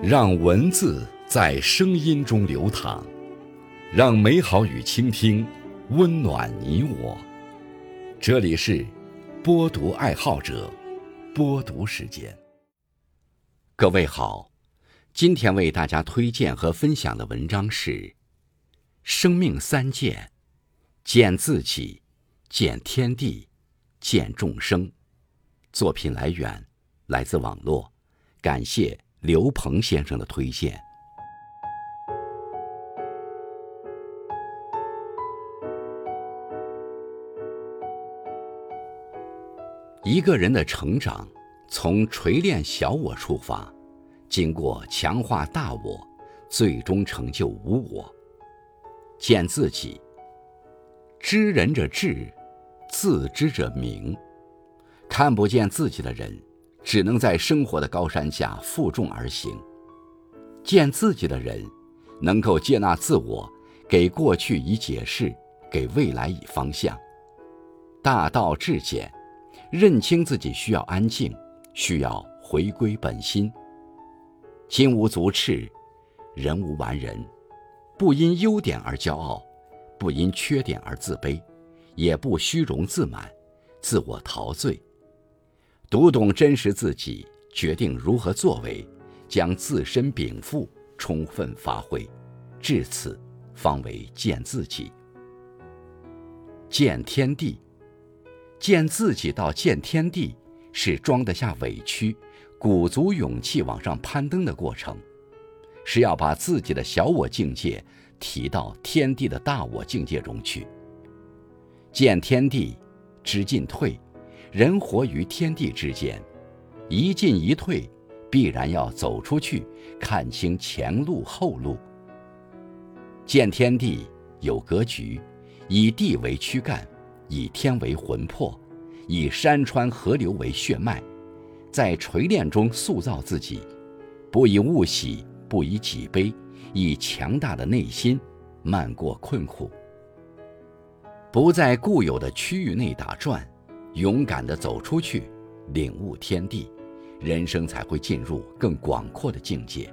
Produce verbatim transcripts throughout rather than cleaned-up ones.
让文字在声音中流淌，让美好与倾听温暖你我。这里是播读爱好者播读时间。各位好，今天为大家推荐和分享的文章是《生命三见：见自己，见天地，见众生》。作品来源来自网络，感谢刘鹏先生的推荐。一个人的成长，从锤炼小我出发，经过强化大我，最终成就无我。见自己，知人者智，自知者明。看不见自己的人，只能在生活的高山下负重而行。见自己的人，能够接纳自我，给过去以解释，给未来以方向。大道至简，认清自己需要安静，需要回归本心。金无足赤，人无完人。不因优点而骄傲，不因缺点而自卑，也不虚荣自满，自我陶醉。读懂真实自己，决定如何作为，将自身禀赋充分发挥，至此方为见自己。见天地，见自己到见天地，是装得下委屈，鼓足勇气往上攀登的过程，是要把自己的小我境界提到天地的大我境界中去。见天地，知进退，人活于天地之间，一进一退，必然要走出去，看清前路后路。见天地，有格局，以地为躯干，以天为魂魄，以山川河流为血脉，在锤炼中塑造自己，不以物喜，不以己悲，以强大的内心漫过困苦，不在固有的区域内打转，勇敢地走出去，领悟天地，人生才会进入更广阔的境界。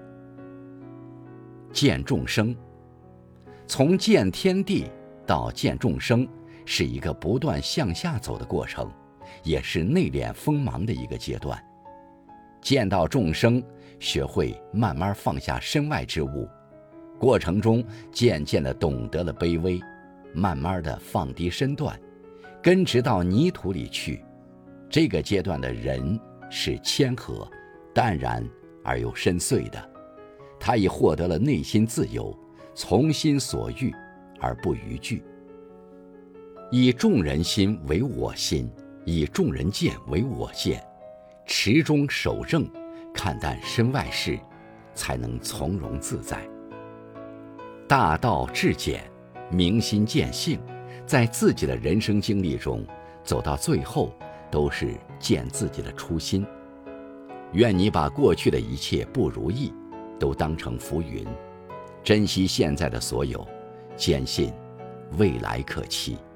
见众生，从见天地到见众生，是一个不断向下走的过程，也是内敛锋芒的一个阶段。见到众生，学会慢慢放下身外之物，过程中渐渐地懂得了卑微，慢慢地放低身段，根植到泥土里去。这个阶段的人是谦和、淡然而又深邃的，他已获得了内心自由，从心所欲而不逾矩。以众人心为我心，以众人见为我见，持中守正，看淡身外事，才能从容自在。大道至简，明心见性，在自己的人生经历中，走到最后都是见自己的初心。愿你把过去的一切不如意都当成浮云，珍惜现在的所有，坚信未来可期。